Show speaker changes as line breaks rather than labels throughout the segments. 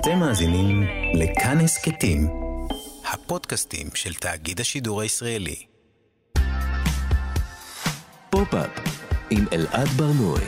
אתם מאזינים לכאן הסכתים, הפודקאסטים של תאגיד השידור הישראלי.
פופ-אפ עם אלעד ברנועי.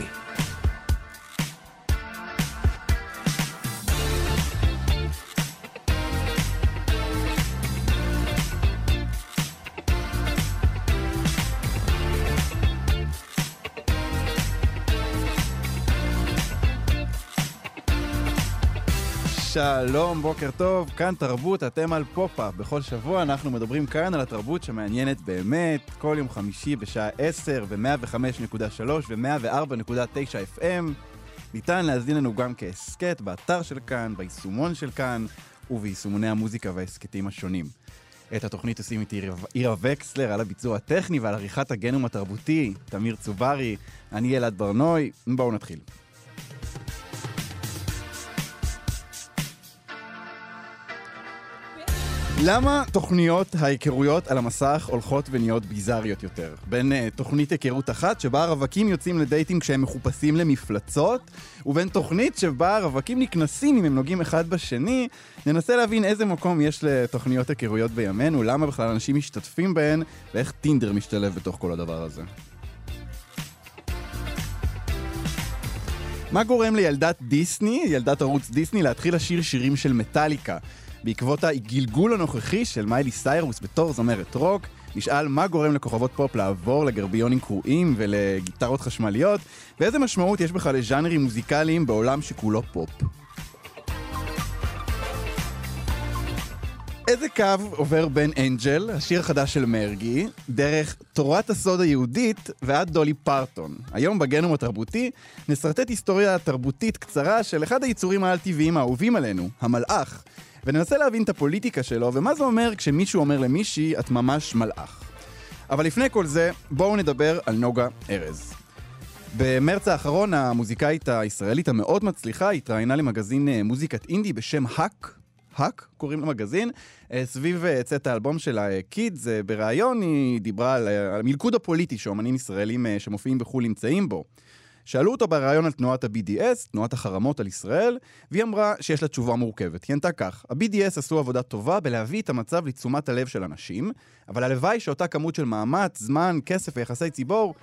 שלום, בוקר טוב, כאן תרבות, אתם על פופ-אפ. בכל שבוע אנחנו מדברים כאן על התרבות שמעניינת באמת, כל יום חמישי בשעה 10 ו-105.3 ו-104.9 FM. ניתן להזין לנו גם כעסקט באתר של כאן, ביישומון של כאן וביישומוני המוזיקה והעסקטים השונים. את התוכנית עושים איתי עירה וקסלר על הביצוע הטכני ועל עריכת הגנום התרבותי, תמיר צוברי, אני אלעד ברנועי. בואו נתחיל. למה תוכניות ההיכרויות על המסך הולכות ונהיות ביזריות יותר? בין תוכנית היכרות אחת שבה הרווקים יוצאים לדייטים כשהם מחופשים למפלצות, ובין תוכנית שבה הרווקים נכנסים אם הם נוגעים אחד בשני, ננסה להבין איזה מקום יש לתוכניות היכרויות בימינו, למה בכלל אנשים משתתפים בהן, ואיך טינדר משתלב בתוך כל הדבר הזה. מה גורם לילדת דיסני, ילדת ערוץ דיסני, להתחיל לשיר שירים של מטאליקה? בעקבות הגלגול הנוכחי של מיילי סיירוס בתור זמרת רוק, נשאל מה גורם לכוכבות פופ לעבור לגרביונים קרועים ולגיטרות חשמליות, ואיזה משמעות יש בכלל לז'אנרים מוזיקליים בעולם שכולו פופ. איזה קו עובר בין אנג'ל, השיר החדש של מרגי, דרך תורת הסוד היהודית ועד דולי פרטון. היום בגנום התרבותי נסרטט היסטוריה תרבותית קצרה של אחד היצורים העל-טבעיים האהובים עלינו, המלאך, וננסה להבין את הפוליטיקה שלו ומה זה אומר כשמישהו אומר למישהי את ממש מלאך. אבל לפני כל זה, בואו נדבר על נוגה ארז. במרץ האחרון המוזיקאית הישראלית המאוד מצליחה התראיינה למגזין מוזיקת אינדי בשם האק, קוראים למגזין, סביב צאת האלבום שלה קידס. בראיון היא דיברה על המלכוד הפוליטי שאומנים ישראלים שמופיעים בחול נמצאים בו. שאלו אותו בראיון על תנועת ה-BDS, תנועת החרמות על ישראל, והיא אמרה שיש לה תשובה מורכבת. היא ענתה כך: ה-BDS עשו עבודה טובה בלהביא את המצב לתשומת הלב של אנשים, אבל הלוואי שאותה כמות של מאמץ, זמן, כסף ויחסי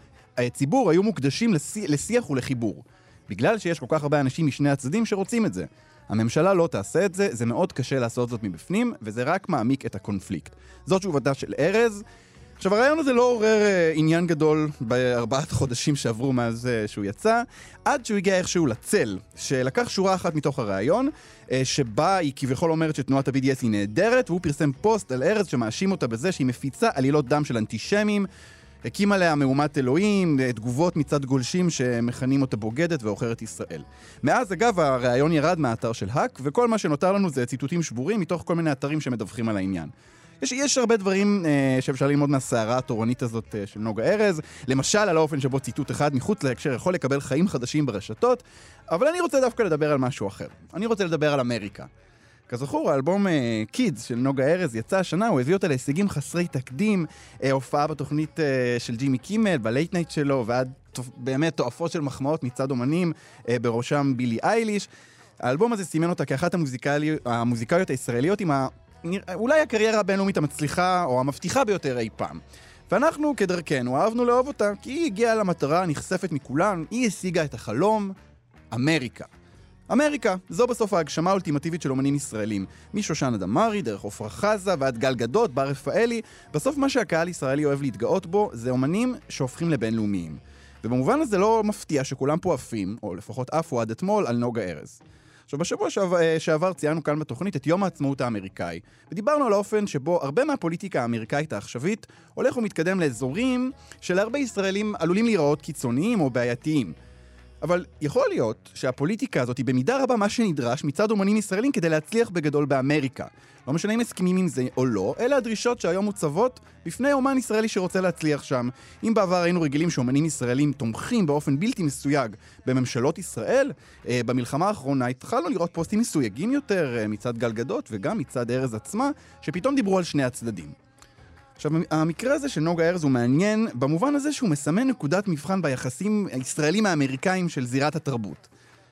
ציבור היו מוקדשים לשיח ולחיבור. בגלל שיש כל כך הרבה אנשים משני הצדדים שרוצים את זה. הממשלה לא תעשה את זה, זה מאוד קשה לעשות זאת מבפנים, וזה רק מעמיק את הקונפליקט. זאת תשובתה של ארז. עכשיו, הרעיון הזה לא עורר עניין גדול ב4 חודשים שעברו מאז שהוא יצא, עד שהוא הגיע איכשהו לצל, שלקח שורה אחת מתוך הרעיון, שבה היא כביכול אומרת שתנועת ה-BDS היא נהדרת, והוא פרסם פוסט על ארז שמאשים אותה בזה שהיא מפיצה עלילות דם של אנטישמים, הקים עליה מהומת אלוהים, תגובות מצד גולשים שמכנים אותה בוגדת ואוכרת ישראל. מאז, אגב, הרעיון ירד מהאתר של האק, וכל מה שנותר לנו זה ציטוטים שבורים מתוך כל מיני אתרים שמדווחים על העניין. יש הרבה דברים שאפשר ללמוד מהסערה התורנית הזאת של נוגה ארז, למשל על האופן שבו ציטוט אחד מחוץ להקשר יכול לקבל חיים חדשים ברשתות, אבל אני רוצה דווקא לדבר על משהו אחר. אני רוצה לדבר על אמריקה. כזכור, האלבום קידס של נוגה ארז יצא השנה, הוא הביא אותה להישגים חסרי תקדים, הופעה בתוכנית של ג'ימי קימל, בלייט נייט שלו, ועד באמת תועפות של מחמאות מצד אומנים, בראשם בילי אייליש. האלבום הזה סימן אותה כאחת המוזיקאיות הישראליות עם אולי הקריירה הבינלאומית המצליחה או המבטיחה ביותר אי פעם. ואנחנו כדרכנו אהבנו לאהוב אותה, כי היא הגיעה למטרה הנחשפת מכולן, היא השיגה את החלום, אמריקה. אמריקה, זו בסוף ההגשמה האולטימטיבית של אומנים ישראלים. משושנה דמארי, דרך עופרה חזה ועד גל גדות, בר רפאלי, בסוף מה שהקהל ישראלי אוהב להתגאות בו זה אומנים שהופכים לבינלאומיים. ובמובן הזה לא מפתיע שכולם פה עפים, או לפחות עפו עד אתמול, על נוגה ארז. עכשיו, בשבוע שעבר ציינו כאן בתוכנית את יום העצמאות האמריקאי, ודיברנו על האופן שבו הרבה מהפוליטיקה האמריקאית העכשווית הולך ומתקדם לאזורים שלהרבה ישראלים עלולים להיראות קיצוניים או בעייתיים. אבל יכול להיות שהפוליטיקה הזאת היא במידה רבה מה שנדרש מצד אומנים ישראלים כדי להצליח בגדול באמריקה. לא משנה אם מסכימים עם זה או לא, אלה הדרישות שהיום מוצבות בפני אומן ישראלי שרוצה להצליח שם. אם בעבר היינו רגילים שאומנים ישראלים תומכים באופן בלתי מסויג בממשלות ישראל, במלחמה האחרונה התחלנו לראות פוסטים מסויגים יותר מצד גל גדות וגם מצד ארז עצמה, שפתאום דיברו על שני הצדדים. עכשיו, המקרה הזה של נוגה ארז הוא מעניין במובן הזה שהוא מסמן נקודת מבחן ביחסים הישראלים האמריקאים של זירת התרבות.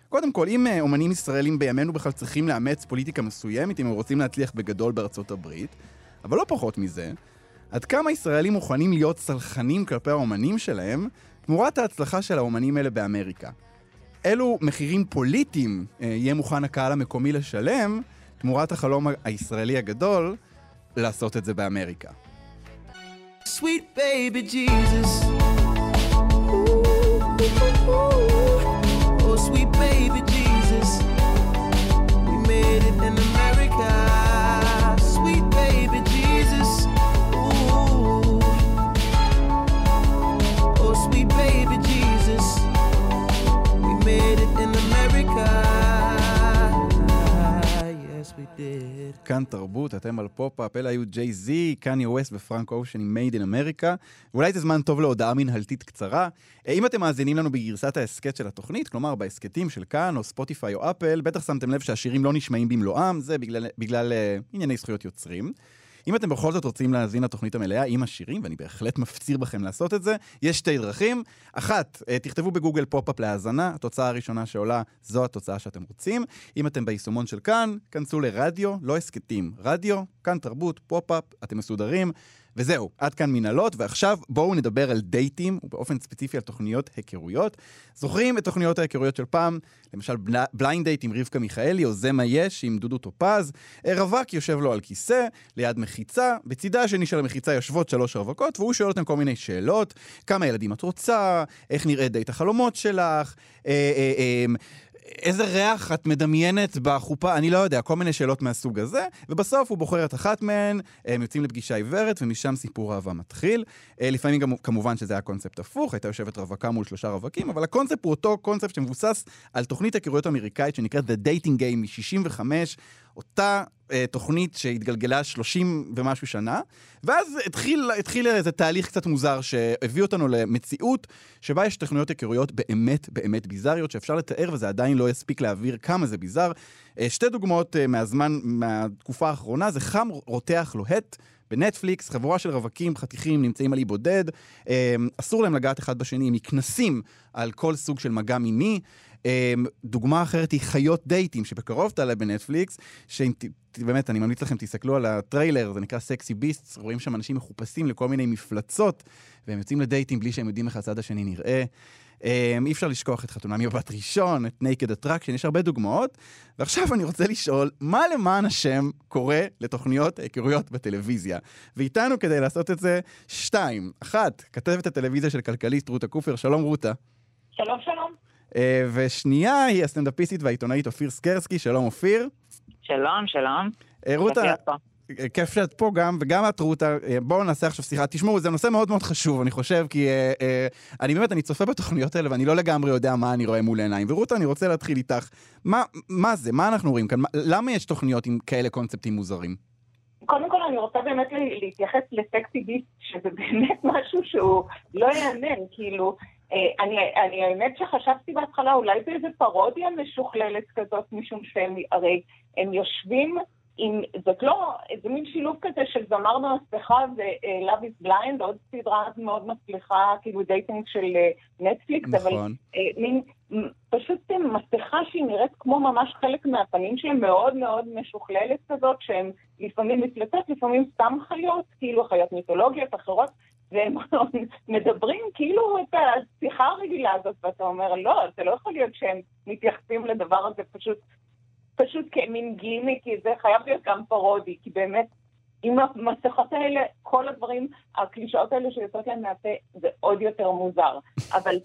קודם כל, אם אומנים ישראלים בימינו בכלל צריכים לאמץ פוליטיקה מסוימת, אם הם רוצים להצליח בגדול בארצות הברית, אבל לא פחות מזה, עד כמה ישראלים מוכנים להיות סלחנים כלפי האומנים שלהם, תמורת ההצלחה של האומנים האלה באמריקה. אילו מחירים פוליטיים יהיה מוכן הקהל המקומי לשלם, תמורת החלום הישראלי הגדול, לעשות את זה באמריקה.
Sweet baby Jesus. Oh sweet baby Jesus. We made it in America. Sweet baby Jesus. Oh sweet baby Jesus. We made it in America. Yes we did.
כאן תרבות, אתם על פופ-אפ, אלה היו ג'יי-זי, קניה ווסט ופרנק אושן עם Made in America. ואולי זה זמן טוב להודעה מנהלתית קצרה. אם אתם מאזינים לנו בגרסת ההסקט של התוכנית, כלומר בהסקטים של כאן או ספוטיפיי או אפל, בטח שמתם לב שהשירים לא נשמעים במלואם, זה בגלל ענייני זכויות יוצרים. אם אתם בכל זאת רוצים להאזין לתוכנית המלאה עם השירים, ואני בהחלט מפציר בכם לעשות את זה, יש שתי דרכים. אחת, תכתבו בגוגל פופ-אפ להאזנה, התוצאה הראשונה שעולה, זו התוצאה שאתם רוצים. אם אתם ביישומון של כאן, כנסו לרדיו, לא הסקטים, רדיו, כאן תרבות, פופ-אפ, אתם מסודרים. וזהו, עד כאן מנהלות, ועכשיו בואו נדבר על דייטים, ובאופן ספציפי על תוכניות היכרויות. זוכרים את תוכניות ההיכרויות של פעם? למשל בליינד דייט עם רבקה מיכאלי, או זה מה יש עם דודו טופז. רווק יושב לו על כיסא, ליד מחיצה, בצידה השני של המחיצה יושבות 3 רווקות, והוא שואל אותם כל מיני שאלות, כמה ילדים את רוצה, איך נראה דייט החלומות שלך, איזה ריח את מדמיינת בחופה, אני לא יודע, כל מיני שאלות מהסוג הזה, ובסוף הוא בוחר את אחת מהן, הם יוצאים לפגישה עיוורת, ומשם סיפור אהבה מתחיל. לפעמים גם, כמובן שזה היה קונספט הפוך, הייתה יושבת רווקה מול 3 רווקים, אבל הקונספט הוא אותו קונספט שמבוסס על תוכנית היכרויות אמריקאית, שנקראת The Dating Game מ-65, אותה תוכנית שהתגלגלה 30 ומשהו שנה, ואז התחיל איזה תהליך קצת מוזר שהביא אותנו למציאות שבה יש תוכניות היכרויות באמת באמת ביזריות שאפשר לתאר, וזה עדיין לא יספיק להעביר כמה זה ביזר. 2 דוגמאות מהתקופה האחרונה, זה חם רותח לוהט בנטפליקס, חבורה של רווקים חתיכים נמצאים על אי בודד, אסור להם לגעת אחד בשני, הם מתכנסים על כל סוג של מגע מיני. דוגמה אחרת היא חיות דייטים, שבקרוב תעלה בנטפליקס, שבאמת אני ממליץ לכם, תסתכלו על הטריילר, זה נקרא סקסי ביסטס, רואים שם אנשים מחופשים לכל מיני מפלצות, והם יוצאים לדייטים בלי שהם יודעים איך הצד השני נראה. אי אפשר לשכוח את חתונה מבת ראשון, את נייקד אטרקשן, יש הרבה דוגמאות, ועכשיו אני רוצה לשאול, מה למען השם קורה לתוכניות היכרויות בטלוויזיה? ואיתנו כדי לעשות את זה 2. 1, כתבת הטלוויזיה של כלכליסט רותה קופר, שלום רותה.
שלום שלום.
ושנייה היא הסטנדאפיסטית והעיתונאית אופיר סקרסקי, שלום אופיר.
שלום, שלום.
רותה, כיף שאת פה גם, וגם את רותה, בואו נעשה עכשיו שיחה, תשמעו, זה נושא מאוד מאוד חשוב, אני חושב, כי אני צופה בתוכניות האלה, ואני לא לגמרי יודע מה אני רואה מול העיניים, ורותה, אני רוצה להתחיל איתך, מה זה, מה אנחנו רואים כאן, למה יש תוכניות עם כאלה קונספטים מוזרים?
קודם כל אני רוצה באמת להתייחס לסקסי ביסט, שזה באמת משהו שהוא לא יענן, כאילו, אני האמת שחשבתי בהתחלה, אולי זה איזה פרודיה משוכללת כזאת, משום שהם, הרי הם יושבים עם, זאת לא, זה מין שילוב כזה של זמר מהסליחה ו-Love is Blind, עוד סדרה מאוד מצליחה, כאילו דייטינג של נטפליקס,
נכון.
אבל מין פשוט מסכה שהיא נראית כמו ממש חלק מהפנים שלהם, מאוד מאוד משוכללת כזאת, שהם לפעמים מפלצות, לפעמים סתם חיות, כאילו חיות מיתולוגיות אחרות, והם מדברים כאילו את השיחה הרגילה הזאת, ואתה אומר, לא, זה לא יכול להיות שהם מתייחסים לדבר הזה פשוט כמין גימי, כי זה חייב להיות גם פרודי, כי באמת, עם המסכות האלה, כל הדברים, הקלישאות האלה שיוצאות להם מהפה, זה עוד יותר מוזר. אבל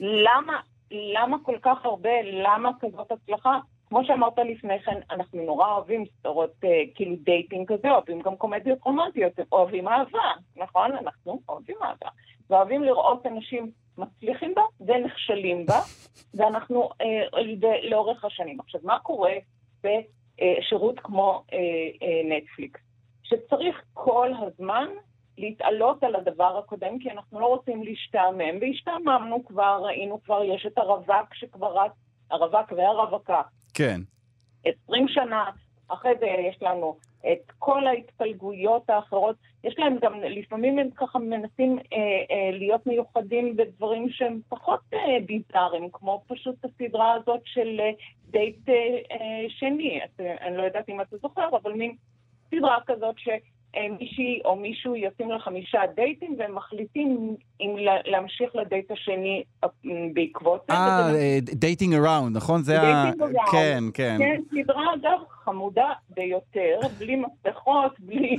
למה כל כך הרבה, למה כזאת הצלחה? כמו שאמרת לפני כן, אנחנו נורא אוהבים סדרות כאילו דייטינג כזה, אוהבים גם קומדיות רומנטיות, אוהבים אהבה, נכון? אנחנו אוהבים אהבה. ואוהבים לראות אנשים מצליחים בה ונכשלים בה, ואנחנו לאורך השנים. עכשיו, מה קורה בשירות כמו נטפליקס? שצריך כל הזמן להתעלות על הדבר הקודם, כי אנחנו לא רוצים להשתעמם, והשתעממנו כבר, ראינו כבר, יש את הרווק שכבר הרווק והרווקה.
כן.
20 שנה, אחרי זה יש לנו את כל ההתפלגויות האחרות. יש להם גם, לפעמים הם ככה מנסים להיות מיוחדים בדברים שהם פחות ביזאריים, כמו פשוט הסדרה הזאת של דייט שני. אני לא יודעת אם אתה זוכר, אבל מין סדרה כזאת מישהי או מישהו יוצאים ל5 דייטים והם מחליטים אם להמשיך לדייט השני בעקבות זה.
דייטינג אראונד, נכון?
דייטינג אראונד.
כן, כן.
כן, סדרה אגב חמודה ביותר, בלי מפתחות,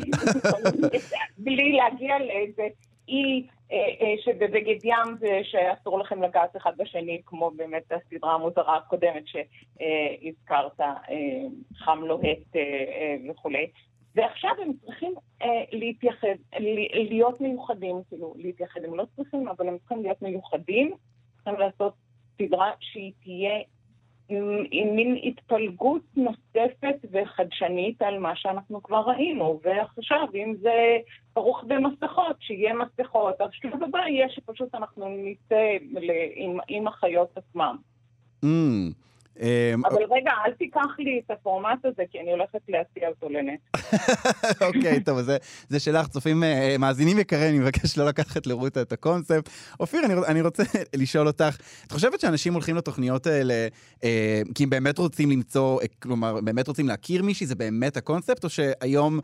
בלי להגיע לאיזה אי שבבגד ים זה שאסור לכם לגעת אחד בשני, כמו באמת הסדרה המוזרה הקודמת שהזכרת, חם לוהט וכולי. ועכשיו הם צריכים להתייחד, להיות מיוחדים, כאילו להתייחד, הם לא צריכים, אבל הם צריכים להיות מיוחדים, צריכים לעשות סדרה שהיא תהיה עם מין התפלגות נוספת וחדשנית על מה שאנחנו כבר ראינו, ועכשיו אם זה ברוך במסכות, שיהיה מסכות, אז שלב הבא יהיה שפשוט אנחנו נצא עם החיות עצמם. אבל רגע, אל תיקח לי את הפורמט הזה, כי אני הולכת להציע אותו לנט.
אוקיי, טוב, זה שלך, צופים מאזינים יקרים, אני מבקש לא לקחת לרותה את הקונספט. אופיר, אני רוצה לשאול אותך, את חושבת שאנשים הולכים לתוכניות האלה, כי הם באמת רוצים למצוא, כלומר, באמת רוצים להכיר מישהי, זה באמת הקונספט, או שהיום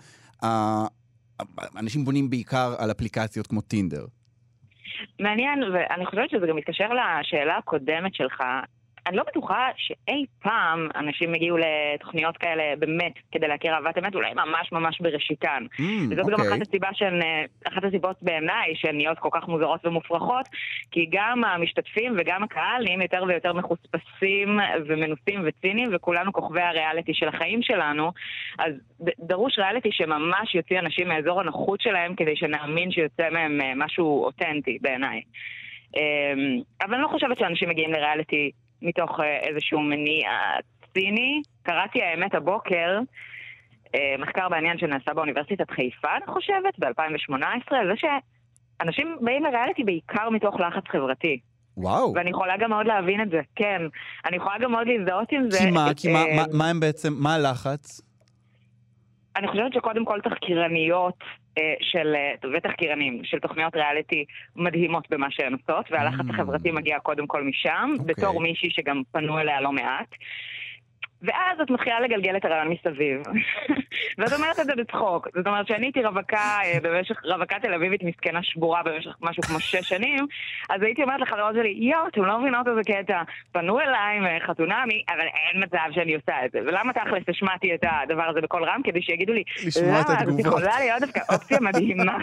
אנשים בונים בעיקר על אפליקציות כמו טינדר?
מעניין, ואני חושבת שזה גם מתקשר לשאלה הקודמת שלך, אני לא בטוחה שאי פעם אנשים הגיעו לתוכניות כאלה באמת כדי להכיר אהבת אמת, אולי ממש ממש בראשיתן. וזאת גם אחת הסיבות בעיניי שהן נהיות כל כך מוזרות ומופרכות, כי גם המשתתפים וגם הקהל נהיים יותר ויותר מחוספסים ומנוסים וציניים, וכולנו כוכבי הריאליטי של החיים שלנו, אז דרוש ריאליטי שממש יוציא אנשים מאזור הנוחות שלהם, כדי שנאמין שיוצא מהם משהו אותנטי בעיניי. אבל אני לא חושבת שאנשים מגיעים לריאליטי מתוך איזשהו מניע ציני. קראתי האמת הבוקר, מחקר בעניין שנעשה באוניברסיטת חיפה, אני חושבת, ב-2018, זה שאנשים באים לריאליטי בעיקר מתוך לחץ חברתי.
וואו.
ואני יכולה גם מאוד להבין את זה, כן. אני יכולה גם מאוד להזדהות עם זה.
כי מה הם בעצם, מה הלחץ?
אני חושבת שקודם כל תחקירניות ותחקירנים של תוכניות ריאליטי מדהימות במה שהן עושות, והלחץ החברתי מגיע קודם כל משם, בתור מישהי שגם פנו אליה לא מעט. ואז את מתחילה לגלגל את הרעיון מסביב. ואת אומרת את זה בצחוק. זאת אומרת שאני הייתי רווקה תל אביבית מסכנה שבורה במשך משהו כמו 6 שנים, אז הייתי אומרת לחברות שלי, אתם לא מבינות איזה קטע, פנו אליי עם חתונמי, אבל אין מצב שאני עושה את זה. ולמה תכלס השמעתי את הדבר הזה בכל רם? כדי שיגידו לי, למה, זאת יכולה להיות דווקא אופציה מדהימה.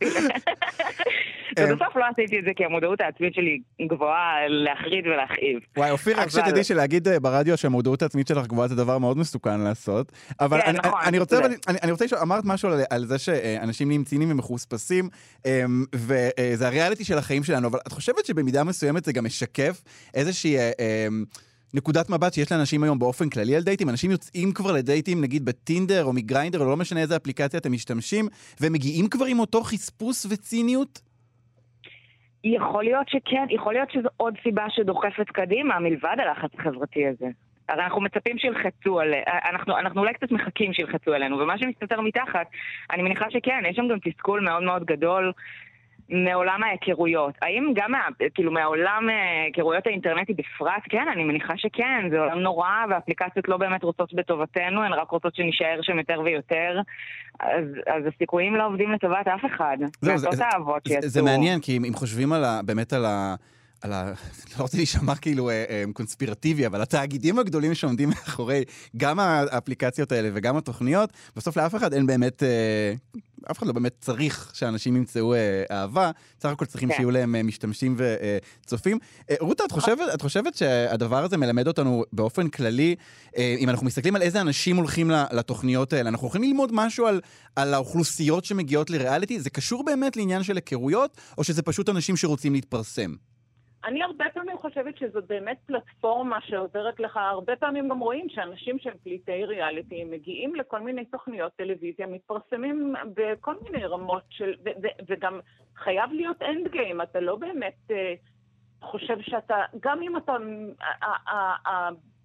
ובסוף לא עשיתי את זה, כי המודעות העצמית שלי גבוהה להחריד ולהכאיב.
וואי, אופיר, רק שתדעי שלהגיד ברדיו שהמודעות העצמית שלך גבוהה זה דבר מאוד מסוכן לעשות. אבל אני רוצה לשאול, אמרת משהו על זה שאנשים נהיים ציניים ומחוספסים, וזה הריאליטי של החיים שלנו, אבל את חושבת שבמידה מסוימת זה גם משקף איזושהי נקודת מבט שיש לאנשים היום באופן כללי על דייטים? אנשים יוצאים כבר לדייטים, נגיד בטינדר או מגריינדר, או לא משנה איזה אפליקציה אתם משתמשים, ומגיעים כבר עם אותו חספוס וציניות?
יכול להיות שכן, יכול להיות שזו עוד סיבה שדוחפת קדימה, מלבד הלחץ החברתי הזה. הרי אנחנו מצפים שילחצו עלינו, אנחנו אולי קצת מחכים שילחצו עלינו, ומה שמסתתר מתחת, אני מניחה שכן, יש שם גם תסכול מאוד מאוד גדול מעולם ההיכרויות. האם גם מהעולם היכרויות האינטרנטי בפרט, כן, אני מניחה שכן, זה עולם נורא, והאפליקציות לא באמת רוצות בטובתנו, הן רק רוצות שנשאר שם יותר ויותר, אז הסיכויים לא עובדים לטובת אף אחד.
זה מעניין, כי אם חושבים באמת על לא רוצה להישמע כאילו קונספירטיבי, אבל התאגידים הגדולים שעומדים מאחורי גם האפליקציות האלה וגם התוכניות, בסוף לאף אחד אין באמת, אף אחד לא באמת צריך שאנשים ימצאו אהבה, סך הכל צריכים שיהיו להם משתמשים וצופים. רותה, את חושבת שהדבר הזה מלמד אותנו באופן כללי, אם אנחנו מסתכלים על איזה אנשים הולכים לתוכניות האלה, אנחנו יכולים ללמוד משהו על האוכלוסיות שמגיעות לריאליטי? זה קשור באמת לעניין של היכרויות, או שזה פשוט אנשים שרוצים להתפרסם?
אני הרבה פעמים חושבת שזאת באמת פלטפורמה שעוזרת לך. הרבה פעמים גם רואים שאנשים שהם פליטי ריאליטי מגיעים לכל מיני תוכניות טלוויזיה, מתפרסמים בכל מיני רמות של, וגם חייב להיות אנד גיים. אתה לא באמת חושב שאתה, גם אם אתה,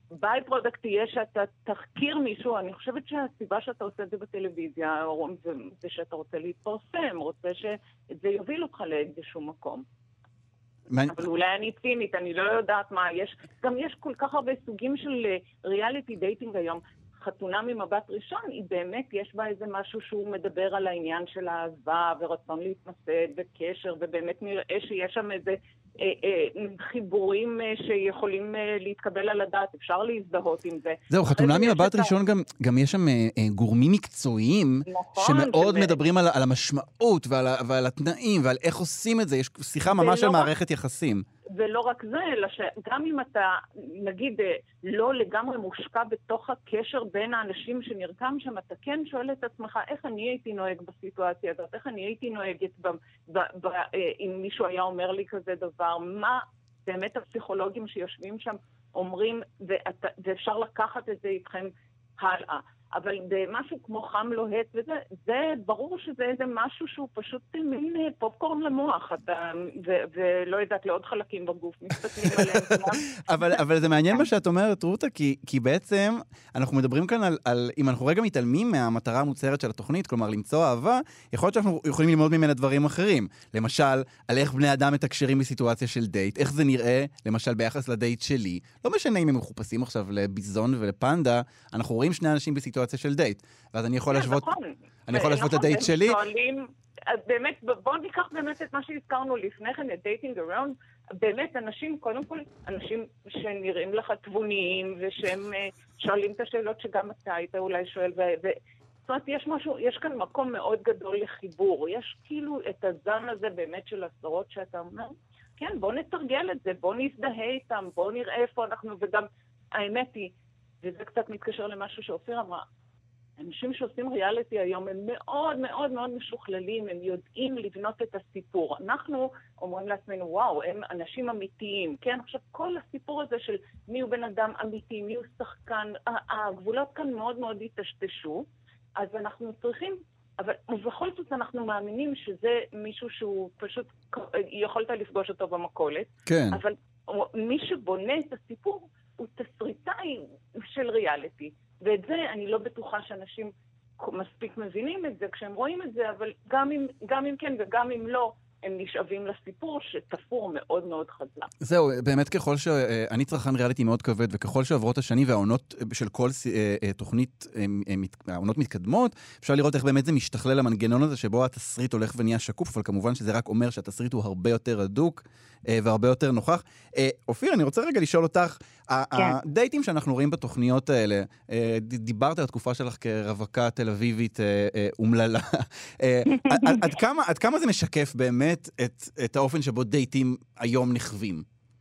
ביי פרודקט תהיה שאתה תחקיר מישהו, אני חושבת שהסיבה שאתה עושה את זה בטלוויזיה, זה שאתה רוצה להתפרסם, רוצה שזה יוביל אותך לאיזשהו מקום. אבל אולי אני צינית, אני לא יודעת מה, גם יש כל כך הרבה סוגים של ריאליטי דייטינג היום. חתונה ממבט ראשון, היא באמת, יש בה איזה משהו שהוא מדבר על העניין של האהבה ורצון להתמסד וקשר, ובאמת נראה שיש שם איזה חיבורים שיכולים להתקבל על הדעת, אפשר להזדהות עם זה.
זהו, חתונה ממבט ראשון גם יש שם גורמים מקצועיים, שמאוד מדברים על המשמעות ועל התנאים ועל איך עושים את זה, יש שיחה ממש על מערכת יחסים.
ולא רק זה, אלא שגם אם אתה, נגיד, לא לגמרי מושקע בתוך הקשר בין האנשים שנרקם שם, אתה כן שואל את עצמך, איך אני הייתי נוהג בסיטואציה הזאת, איך אני הייתי נוהגת אם מישהו היה אומר לי כזה דבר, מה באמת הפסיכולוגים שיושבים שם אומרים, ואפשר לקחת את זה איתכם הלאה. אבל במשהו כמו חם לוהט וזה, זה ברור שזה איזה משהו שהוא פשוט מין פופקורן למוח, ולא יודעת, לעוד חלקים בגוף, מסתכלים עליהם.
אבל זה מעניין מה שאת אומרת, רותה, כי בעצם אנחנו מדברים כאן על, אם אנחנו רגע מתעלמים מהמטרה המוצהרת של התוכנית, כלומר למצוא אהבה, יכול להיות שאנחנו יכולים ללמוד ממנה דברים אחרים. למשל, על איך בני אדם מתקשרים בסיטואציה של דייט, איך זה נראה, למשל ביחס לדייט שלי. לא משנה אם הם מחופשים עכשיו לביזון ולפנדה, אנחנו רואים שני אנשים בסיטואציה של דייט, ואז אני יכול להשוות את הדייט שלי.
באמת, בואו ניקח באמת את מה שהזכרנו לפני כן, את דייטינג אראונד, באמת אנשים, קודם כל, אנשים שנראים לך תבוניים, ושהם שואלים את השאלות שגם אתה היית אולי שואל, זאת אומרת, יש כאן מקום מאוד גדול לחיבור, יש כאילו את הזן הזה באמת של עשרות שאתה אומר, כן, בואו נתרגל את זה, בואו נזדהה איתם, בואו נראה איפה אנחנו, וגם האמת היא, וזה קצת מתקשר למשהו שאופיר אמרה, אנשים שעושים ריאליטי היום הם מאוד מאוד מאוד משוכללים, הם יודעים לבנות את הסיפור. אנחנו אומרים לעצמנו, וואו, הם אנשים אמיתיים, כן? עכשיו, כל הסיפור הזה של מי הוא בן אדם אמיתי, מי הוא שחקן, הגבולות כאן מאוד מאוד התשתשו, אז אנחנו צריכים, אבל בכל זאת אנחנו מאמינים שזה מישהו שהוא פשוט, יכולת לפגוש אותו במכולת,
כן.
אבל מי שבונה את הסיפור, הוא תסריטאי של ריאליטי. ואת זה אני לא בטוחה שאנשים מספיק מבינים את זה כשהם רואים את זה, אבל גם אם כן וגם אם לא, הם נשאבים לסיפור שתפור מאוד מאוד חזק.
זהו, באמת ככל שאני צרכן ריאליטי מאוד כבד, וככל שעברות השנים והעונות של כל תוכנית, העונות מתקדמות, אפשר לראות איך באמת זה משתכלל המנגנון הזה, שבו התסריט הולך ונהיה שקוף, אבל כמובן שזה רק אומר שהתסריט הוא הרבה יותר הדוק, והרבה יותר נוכח. אופיר, אני רוצה רגע לשאול אותך, הדייטים שאנחנו רואים בתוכניות האלה, דיברת על התקופה שלך כרווקה תל אביבית אומללה, עד כמה זה משקף באמת את האופן שבו דייטים היום נחווים?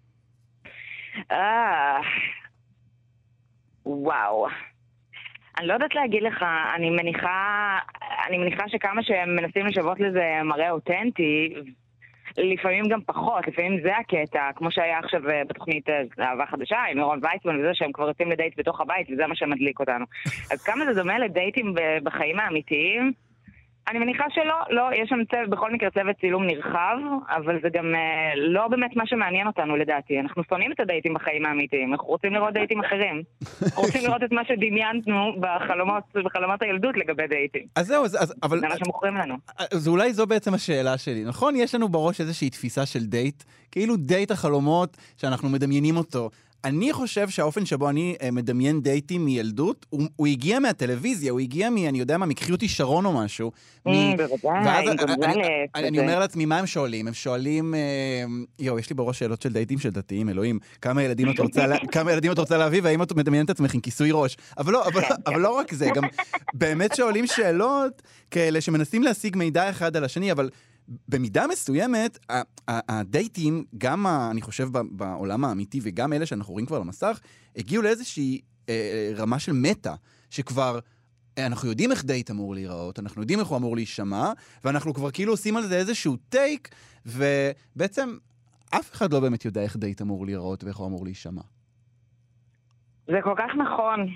וואו. אני לא יודעת להגיד לך, אני מניחה שכמה שהם מנסים לשוות לזה מראה אותנטי, לפעמים גם פחות, לפעמים זה הקטע, כמו שהיה עכשיו בתוכנית אהבה חדשה, עם רון וייסמן וזה שהם כבר יוצאים לדייט בתוך הבית, וזה מה שמדליק אותנו. אז כמה זה דומה לדייטים בחיים האמיתיים? אני מניחה שלא, לא, יש שם בכל מקרה צוות צילום נרחב, אבל זה גם לא באמת מה שמעניין אותנו לדעתי. אנחנו שונאים את הדייטים בחיים האמיתיים, אנחנו רוצים לראות דייטים אחרים. אנחנו רוצים לראות את מה שדמיינו בחלומות הילדות לגבי דייטים.
אז זהו, אבל...
זה מה שמוכרים לנו.
אז אולי זו בעצם השאלה שלי. נכון, יש לנו בראש איזושהי תפיסה של דייט, כאילו דייט החלומות שאנחנו מדמיינים אותו. אני חושב שהאופן שבו אני מדמיין דייטים מילדות, הוא הגיע מהטלוויזיה, הוא הגיע אני יודע מה, מקריותי שרון או משהו. אני אומר לעצמי, מה הם שואלים? הם שואלים, יש לי בראש שאלות של דייטים של דתיים, אלוהים, כמה ילדים את רוצה להביא, והאם את מדמיינת את עצמך עם כיסוי ראש? אבל לא רק זה, גם באמת שואלים שאלות כאלה שמנסים להשיג מידע אחד על השני, אבל במידה מסוימת, הדייטים, גם אני חושב בעולם האמיתי, וגם אלה שאנחנו רואים כבר למסך, הגיעו לאיזושהי רמה של מטה, שכבר אנחנו יודעים איך דייט אמור להיראות, אנחנו יודעים איך הוא אמור להישמע, ואנחנו כבר כאילו עושים על זה איזשהו טייק, ובעצם אף אחד לא באמת יודע איך דייט אמור להיראות, ואיך הוא אמור להישמע.
זה כל כך נכון.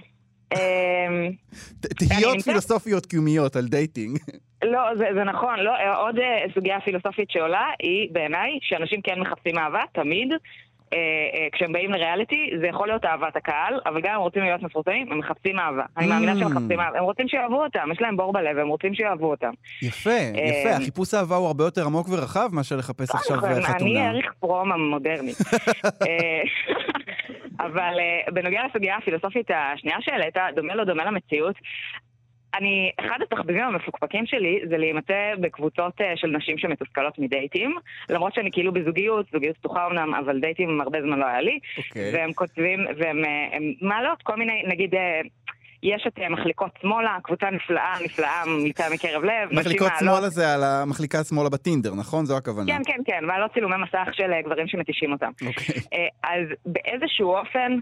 תהיות פילוסופיות קיומיות על דייטינג.
לא, זה נכון. עוד סוגיה פילוסופית שעולה היא בעיניי שאנשים כן מחפשים אהבה, תמיד. כשהם באים לריאליטי, זה יכול להיות אהבת הקהל, אבל גם הם רוצים להיות מפורסמים, הם מחפשים אהבה. אני מאמינה שהם מחפשים אהבה. הם רוצים שיאהבו אותם, יש להם בור בלב, הם רוצים שיאהבו אותם.
יפה, יפה. החיפוש האהבה הוא הרבה יותר עמוק ורחב מאשר לחפש עכשיו חתונה.
אני אעריך פרום המודרני. אבל בנוגע לסוגיה הפילוסופית השנייה שהעלית, דומה למציאות, אחד התחביבים המפוקפקים שלי זה להימצא בקבוצות של נשים שמתוסכלות מדייטים, למרות שאני כאילו בזוגיות פתוחה אומנם, אבל דייטים הרבה זמן לא היה לי, והם כותבים, והם מעלות כל מיני, נגיד, יש את מחליקות שמאלה, קבוצה נפלאה, מליטה מקרב לב.
מחליקות שמאלה זה על המחליקה שמאלה בטינדר, נכון? זו הכוונה.
כן, מעלות צילומי מסך של גברים שמתישים אותם. אז באיזשהו אופן,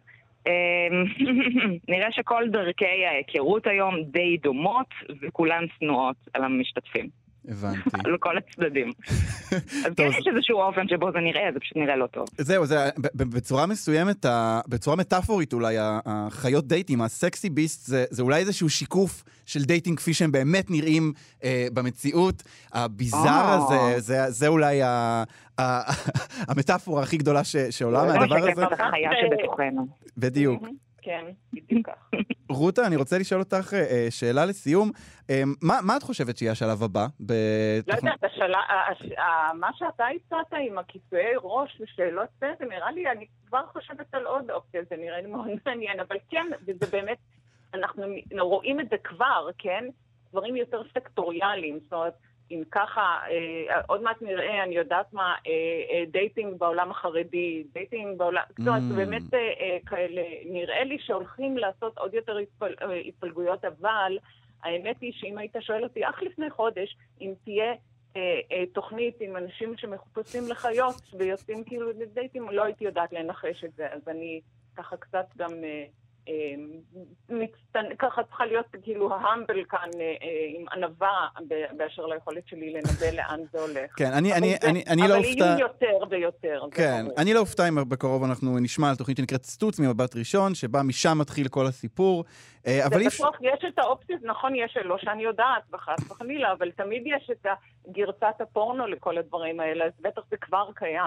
נראה שכל דרכי ההיכרות היום די דומות וכולן שנואות על המשתתפים.
הבנתי.
על כל הצדדים. אז כן יש איזשהו אופן שבו זה נראה, זה פשוט נראה לא טוב.
זהו, בצורה מסוימת, בצורה מטאפורית אולי, החיות דייטים, הסקסי ביסט, זה אולי איזשהו שיקוף של דייטינג כפי שהם באמת נראים במציאות. הביזר הזה, זה אולי המטאפורה הכי גדולה שעולה מהדבר הזה.
זה החיה שבתוכנו.
בדיוק.
כן, בדיוק כך.
רותה, אני רוצה לשאול אותך שאלה לסיום. מה את חושבת שיהיה השלב הבא?
לא יודעת, מה שאתה הצעת עם הכיסויי ראש ושאלות זה נראה לי, אני כבר חושבת על עוד אופציה, זה נראה לי מאוד מעניין, אבל כן, וזה באמת, אנחנו רואים את זה כבר, כן? דברים יותר סקטוריאליים, זאת אומרת, אם ככה, עוד מעט נראה, אני יודעת מה, דייטינג בעולם החרדי, דייטינג בעולם, זאת אומרת, באמת כאלה, נראה לי שהולכים לעשות עוד יותר התפלגויות, אבל האמת היא שאם היית שואל אותי, אך לפני חודש, אם תהיה תוכנית עם אנשים שמחופשים לחיות ויוצאים כאילו לדייטים, לא הייתי יודעת לנחש את זה, אז אני ככה קצת גם ככה צריכה להיות כאילו ההמבל כאן עם ענווה באשר ליכולת שלי לנבא לאן זה הולך.
כן, אני לא אופתע.
אבל יהיו יותר ויותר.
כן, אני לא אופתע אם בקרוב אנחנו נשמע על תוכנית שנקראת סטוץ ממבט ראשון, שבה משם מתחיל כל הסיפור.
זה בטוח, יש את האופציות, נכון, יש לא שאני יודעת, וחס וחלילה, אבל תמיד יש את גרסת הפורנו לכל הדברים האלה, אז בטח זה כבר קיים.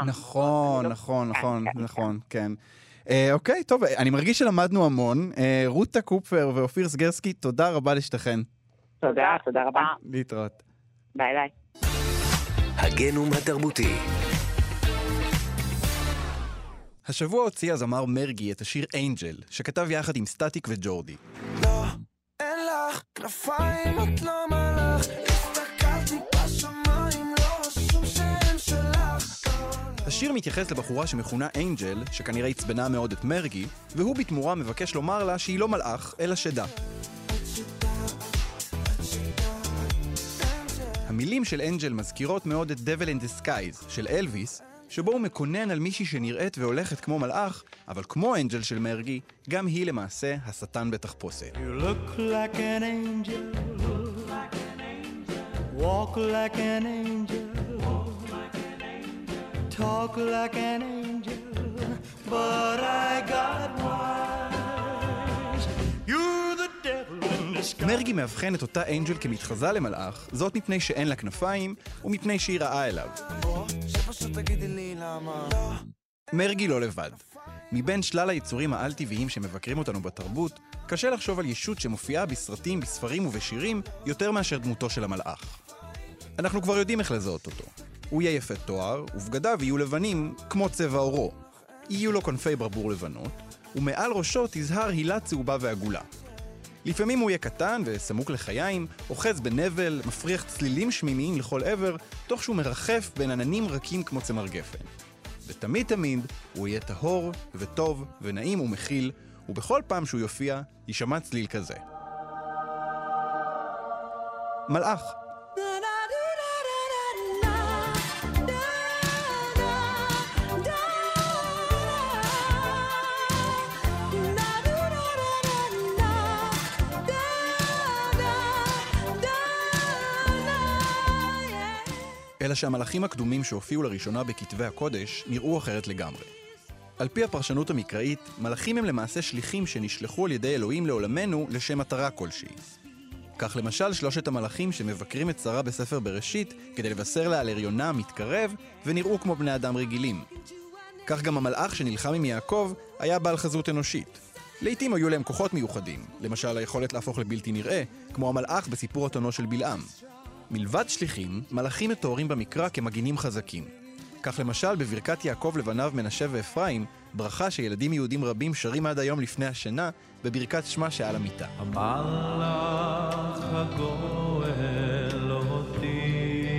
נכון, כן. אוקיי, טוב, אני מרגיש שלמדנו המון. רותה קופפר ואופיר סגרסקי, תודה רבה לשתכן.
תודה רבה.
להתראות.
ביי.
הגנום התרבותי.
השבוע הוציא הזמר מרגי את השיר אנג'ל, שכתב יחד עם סטטיק וג'ורדי.
לא, אין לך כנפיים, את לא מלאך, הסתכלתי בשמיים, לא רשום שם שלך.
השיר מתייחס לבחורה שמכונה אנג'ל, שכנראה הצבנה מאוד את מרגי, והוא בתמורה מבקש לומר לה שהיא לא מלאך, אלא שדה. המילים של אנג'ל מזכירות מאוד את Devil in Disguise של אלוויס, שבו הוא מקונן על מישהי שנראית והולכת כמו מלאך, אבל כמו אנג'ל של מרגי, גם היא למעשה השטן בתחפושת.
You look like an angel, walk like an angel, talk like an angel, but I got wise. You're the devil in disguise.
מרגי מאבחן את אותה אנג'ל כמתחזה למלאך, זאת מפני שאין לה כנפיים ומפני שהיא רעה אליו. מרגי לא לבד. מבין שלל היצורים העל-טבעיים שמבקרים אותנו בתרבות, קשה לחשוב על ישות שמופיעה בסרטים, בספרים ובשירים יותר מאשר דמותו של המלאך. אנחנו כבר יודעים איך לזהות אותו. הוא יהיה יפה תואר, ובגדיו יהיו לבנים כמו צבע אורו. יהיו לו כנפי ברבור לבנות, ומעל ראשו תזהר הילה צהובה ועגולה. לפעמים הוא יהיה קטן וסמוק לחיים, אוחז בנבל, מפריח צלילים שמימיים לכל עבר, תוך שהוא מרחף בין עננים רכים כמו צמר גפן. ותמיד הוא יהיה טהור וטוב ונעים ומכיל, ובכל פעם שהוא יופיע יישמע צליל כזה. מלאך. אלא שהמלאכים הקדומים שהופיעו לראשונה בכתבי הקודש נראו אחרת לגמרי. על פי הפרשנות המקראית, מלאכים הם למעשה שליחים שנשלחו על ידי אלוהים לעולמנו לשם מטרה כלשהי. כך למשל 3 המלאכים שמבקרים את שרה בספר בראשית כדי לבשר לה על הריונה המתקרב ונראו כמו בני אדם רגילים. כך גם המלאך שנלחם עם יעקב היה בעל חזות אנושית. לעתים היו להם כוחות מיוחדים, למשל היכולת להפוך לבלתי נראה, כמו המלאך בסיפור התנו של בלעם. מלבד שליחים, מלאכים מתוארים במקרא כמגינים חזקים. כך למשל בברכת יעקב לבניו מנשה ואפרים, ברכה שילדים יהודים רבים שרים עד היום לפני השינה, בברכת שמה שעל המיטה.
המלאך הגואל אותי.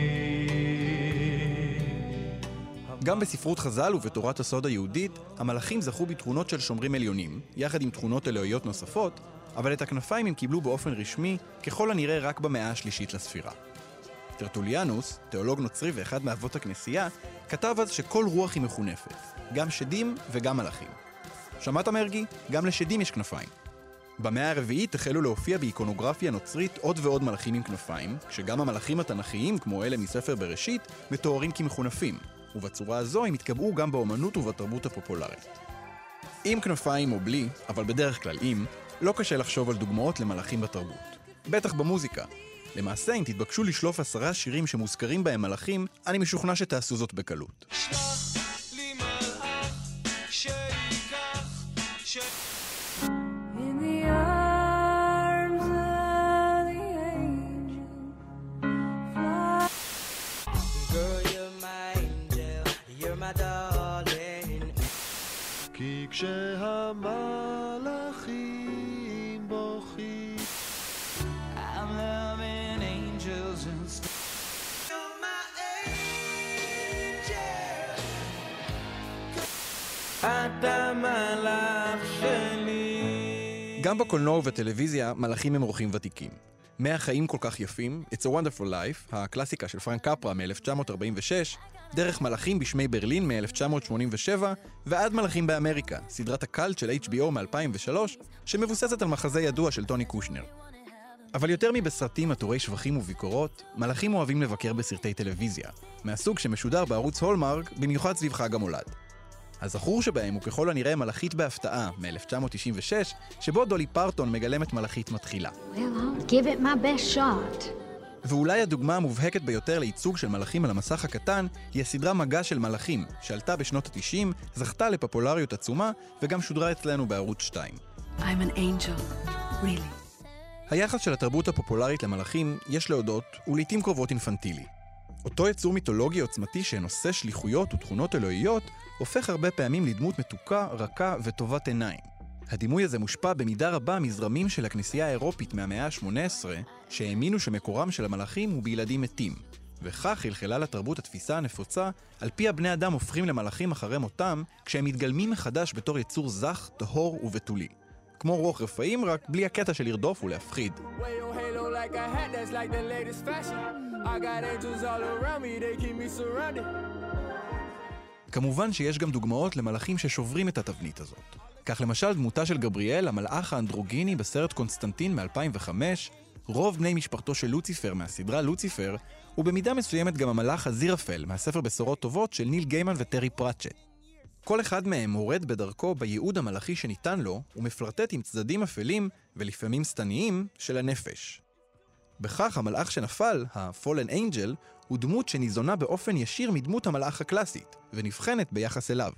גם בספרות חז"ל ובתורת הסוד היהודית, המלאכים זכו בתכונות של שומרים עליונים, יחד עם תכונות אלוהיות נוספות, אבל את הכנפיים הם קיבלו באופן רשמי, ככל הנראה רק במאה השלישית לספירה. טרטוליאנוס, תיאולוג נוצרי ואחד מאבות הכנסייה, כתב אז שכל רוח היא מחונפת, גם שדים וגם מלאכים. שמעת מרגי? גם לשדים יש כנפיים. במאה הרביעית החלו להופיע באיקונוגרפיה נוצרית עוד ועוד מלאכים עם כנפיים, שגם המלאכים התנ"כיים, כמו אלה מספר בראשית, מתוארים כמחונפים, ובצורה הזו הם התקבעו גם באומנות ובתרבות הפופולרית. עם כנפיים או בלי, אבל בדרך כלל עם, לא קשה לחשוב על דוגמאות למלאכים בתרבות. בטח במוזיקה. למעשה, אם תתבקשו לשלוף 10 שירים שמוזכרים בהם מלאכים, אני משוכנע שתעשו זאת בקלות.
שלח לי מלאך שיקח
In the arms of the angel fly.
Girl, you're my angel, you're my darling. כי כשהמלאכים בוכים I'm loving angels and stuff. You're my angel. אתה מלאך שלי.
גם בקולנוע ובטלוויזיה מלאכים הם אורחים ותיקים. 100 חיים כל כך יפים, It's a Wonderful Life, הקלאסיקה של פרנק קפרה מ-1946, דרך מלאכים בשמי ברלין מ-1987, ועד מלאכים באמריקה, סדרת הקלט של HBO מ-2003, שמבוססת על מחזה ידוע של טוני קושנר. אבל יותר מבסרטים עטורי שבחים וביקורות, מלאכים אוהבים לבקר בסרטי טלוויזיה, מהסוג שמשודר בערוץ הולמרק, במיוחד סביב חג המולד. הזכור שבהם הוא ככל הנראה מלאכית בהפתעה מ-1996, שבו דולי פרטון מגלמת מלאכית מתחילה.
Well, I'll give it my best shot.
ואולי הדוגמה המובהקת ביותר לייצוג של מלאכים על המסך הקטן היא הסדרה מגע של מלאכים, שעלתה בשנות ה-90, זכתה לפופולריות עצומה וגם שודרה אצלנו בערוץ 2.
I'm an angel, really.
היחס של התרבות הפופולרית למלאכים, יש להודות, ולעיתים קרובות אינפנטילי. אותו יצור מיתולוגי עוצמתי שנושא שליחויות ותכונות אלוהיות, הופך הרבה פעמים לדמות מתוקה, רכה וטובת עיניים. הדימוי הזה מושפע במידה רבה מזרמים של הכנסייה האירופית מהמאה ה-18, שהאמינו שמקורם של המלאכים הוא בילדים מתים. וכך חלחלה לתרבות התפיסה הנפוצה, על פי הבני אדם הופכים למלאכים אחרי מותם, כשהם מתגלמים מחדש בתור יצור זך, טהור ובתולי. כמו רוח רפאים, רק בלי הקטע של לרדוף ולהפחיד. כמובן שיש גם דוגמאות למלאכים ששוברים את התבנית הזאת. כך למשל דמותה של גבריאל, המלאך האנדרוגיני בסרט קונסטנטין מ-2005, רוב בני משפחתו של לוציפר מהסדרה לוציפר, ובמידה מסוימת גם המלאך הזירפל מהספר בשורות טובות של ניל גיימן וטרי פרצ'ט. כל אחד מהם מורד בדרכו בייעוד המלאכי שניתן לו, ומפלרטט עם צדדים אפלים ולפעמים סתניים של הנפש. בכך המלאך שנפל, ה-Fallen Angel, הוא דמות שניזונה באופן ישיר מדמות המלאך הקלאסית, ונבחנת ביחס אליו.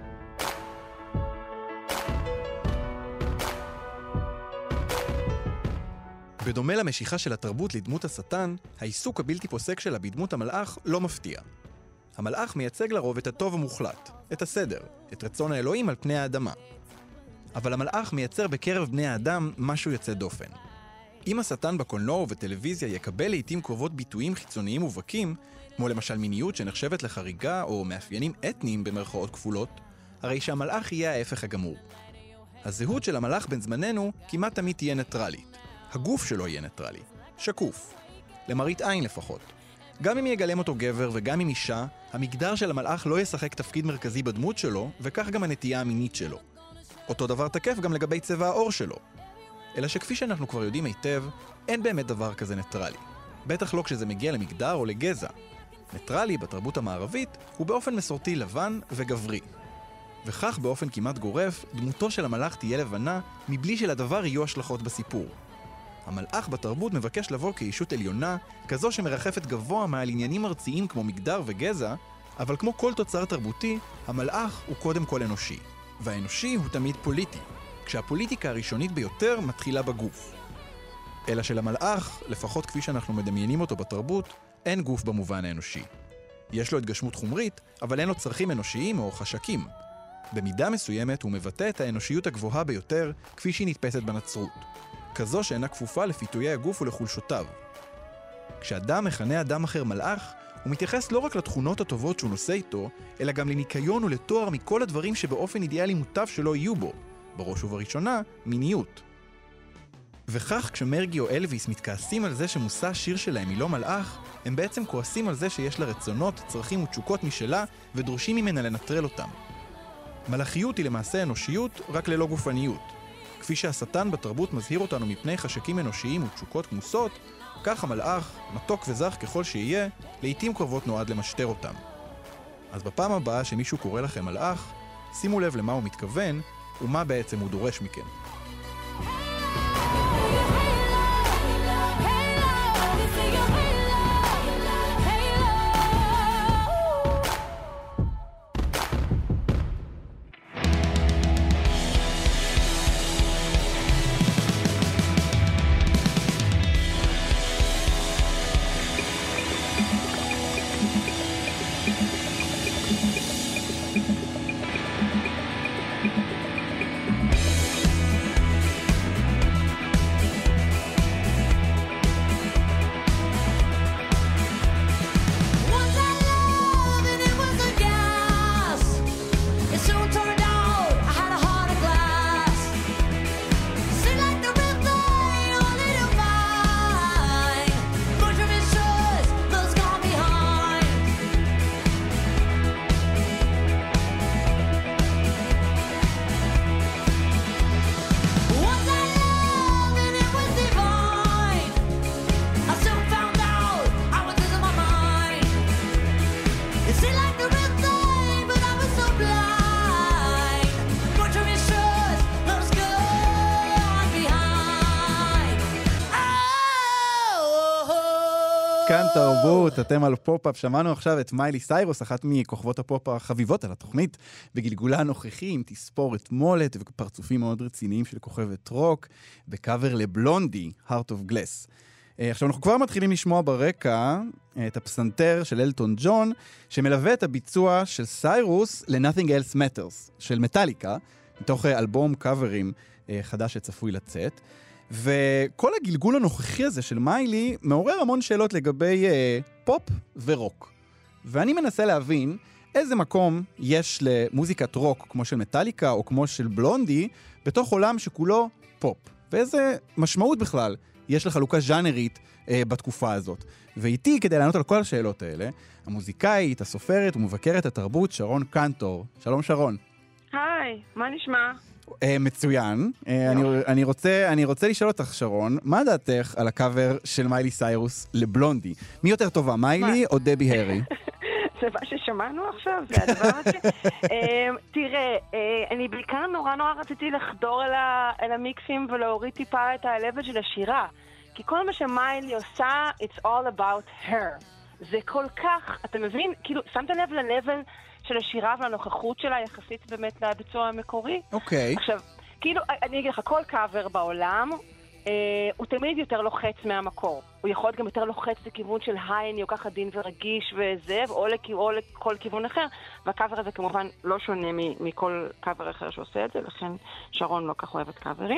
בדומה למשיכה של התרבות לדמות השטן, העיסוק הבלתי פוסק שלה בדמות המלאך לא מפתיע. המלאך מייצג לרוב את הטוב המוחלט, את הסדר, את רצון האלוהים על פני האדמה. אבל המלאך מייצר בקרב בני האדם משהו יוצא דופן. אם השטן בקולנוע ובטלוויזיה יקבל לעתים קרובות ביטויים חיצוניים מובהקים, כמו למשל מיניות שנחשבת לחריגה או מאפיינים אתניים במרכאות כפולות, הרי שהמלאך יהיה ההפך הגמור. הזהות של המלאך בן זמננו כמעט תמיד תהיה ניטרלית. הגוף שלו יהיה ניטרלי, שקוף. למראית עין לפחות. גם אם יגלם אותו גבר וגם אם אישה, המגדר של המלאך לא ישחק תפקיד מרכזי בדמות שלו, וכך גם הנטייה המינית שלו. אותו דבר תקף גם לגבי צבע העור שלו. אלא שכפי שאנחנו כבר יודעים היטב, אין באמת דבר כזה ניטרלי. בטח לא כשזה מגיע למגדר או לגזע. ניטרלי בתרבות המערבית הוא באופן מסורתי לבן וגברי. וכך באופן כמעט גורף, דמותו של המלאך תהיה לבנה מבלי שלדבר יהיו השלכות בסיפור. המלאך בתרבות מבקש לבוא כאישות עליונה, כזו שמרחפת גבוה מעל עניינים ארציים כמו מגדר וגזע, אבל כמו כל תוצר תרבותי, המלאך הוא קודם כל אנושי. והאנושי הוא תמיד פוליטי, כשהפוליטיקה הראשונית ביותר מתחילה בגוף. אלא שלמלאך, לפחות כפי שאנחנו מדמיינים אותו בתרבות, אין גוף במובן האנושי. יש לו התגשמות חומרית, אבל אין לו צרכים אנושיים או חשקים. במידה מסוימת הוא מבטא את האנושיות הגבוהה ביותר, כפי שהיא נתפסת בנצרות. כזו שאינה כפופה לפיתויי הגוף ולחולשותיו. כשאדם מכנה אדם אחר מלאך, הוא מתייחס לא רק לתכונות הטובות שהוא נושא איתו, אלא גם לניקיון ולתואר מכל הדברים שבאופן אידיאלי מוטב שלא יהיו בו, בראש ובראשונה, מיניות. וכך כשמרגי או אלוויס מתכעסים על זה שמושא השיר שלהם היא לא מלאך, הם בעצם כועסים על זה שיש לה רצונות, צרכים ותשוקות משלה, ודורשים ממנה לנטרל אותם. מלאכיות היא למעשה אנושיות, רק ללא גופניות. כפי שהשטן בתרבות מזהיר אותנו מפני חשקים אנושיים ותשוקות כמוסות, כך המלאך, מתוק וזך ככל שיהיה, לעתים קרובות נועד למשטר אותם. אז בפעם הבאה שמישהו קורא לכם מלאך, שימו לב למה הוא מתכוון, ומה בעצם הוא דורש מכם. כאן תרבות, אתם על פופ-אפ. שמענו עכשיו את מיילי סיירוס, אחת מכוכבות הפופ החביבות על התוכנית, בגלגולה הנוכחי עם תספורת מולת ופרצופים מאוד רציניים של כוכבת רוק, בקאבר לבלונדי, Heart of Glass. עכשיו אנחנו כבר מתחילים לשמוע ברקע את הפסנתר של אלטון ג'ון, שמלווה את הביצוע של סיירוס ל-Nothing Else Matters, של מטליקה, מתוך אלבום קאברים חדש שצפוי לצאת. וכל הגלגול הנוכחי הזה של מיילי מעורר המון שאלות לגבי פופ ורוק. ואני מנסה להבין איזה מקום יש למוזיקת רוק כמו של מטליקה או כמו של בלונדי בתוך עולם שכולו פופ. ואיזה משמעות בכלל יש לחלוקה ז'אנרית בתקופה הזאת. ואיתי כדי לענות על כל השאלות האלה, המוזיקאית, הסופרת ומבקרת התרבות שרון קנטור. שלום שרון.
היי, מה נשמע?
מצוין. אני רוצה לשאול אותך, שרון, מה דעתך על הקאבר של מיילי סיירוס לבלונדי? מי יותר טובה, מיילי או דבי הרי?
זה מה ששמענו עכשיו, זה הדבר הזה. תראה, אני בעיקר נורא רציתי לחדור אל המיקסים ולהוריד טיפה את הלבל של השירה. כי כל מה שמיילי עושה, it's all about her. זה כל כך, אתה מבין? כאילו, שמת לב ללבל של השירה והנוכחות שלה יחסית באמת לביצוע המקורי.
אוקיי.
עכשיו, כאילו, אני אגיד לך, כל קאבר בעולם, הוא תמיד יותר לוחץ מהמקור. הוא יכול להיות גם יותר לוחץ לכיוון של היי, או ככה דין ורגיש וזה, או לכל כיוון אחר. והקאבר הזה כמובן לא שונה מכל קאבר אחר שעושה את זה, לכן שרון לא כך אוהבת קאברים.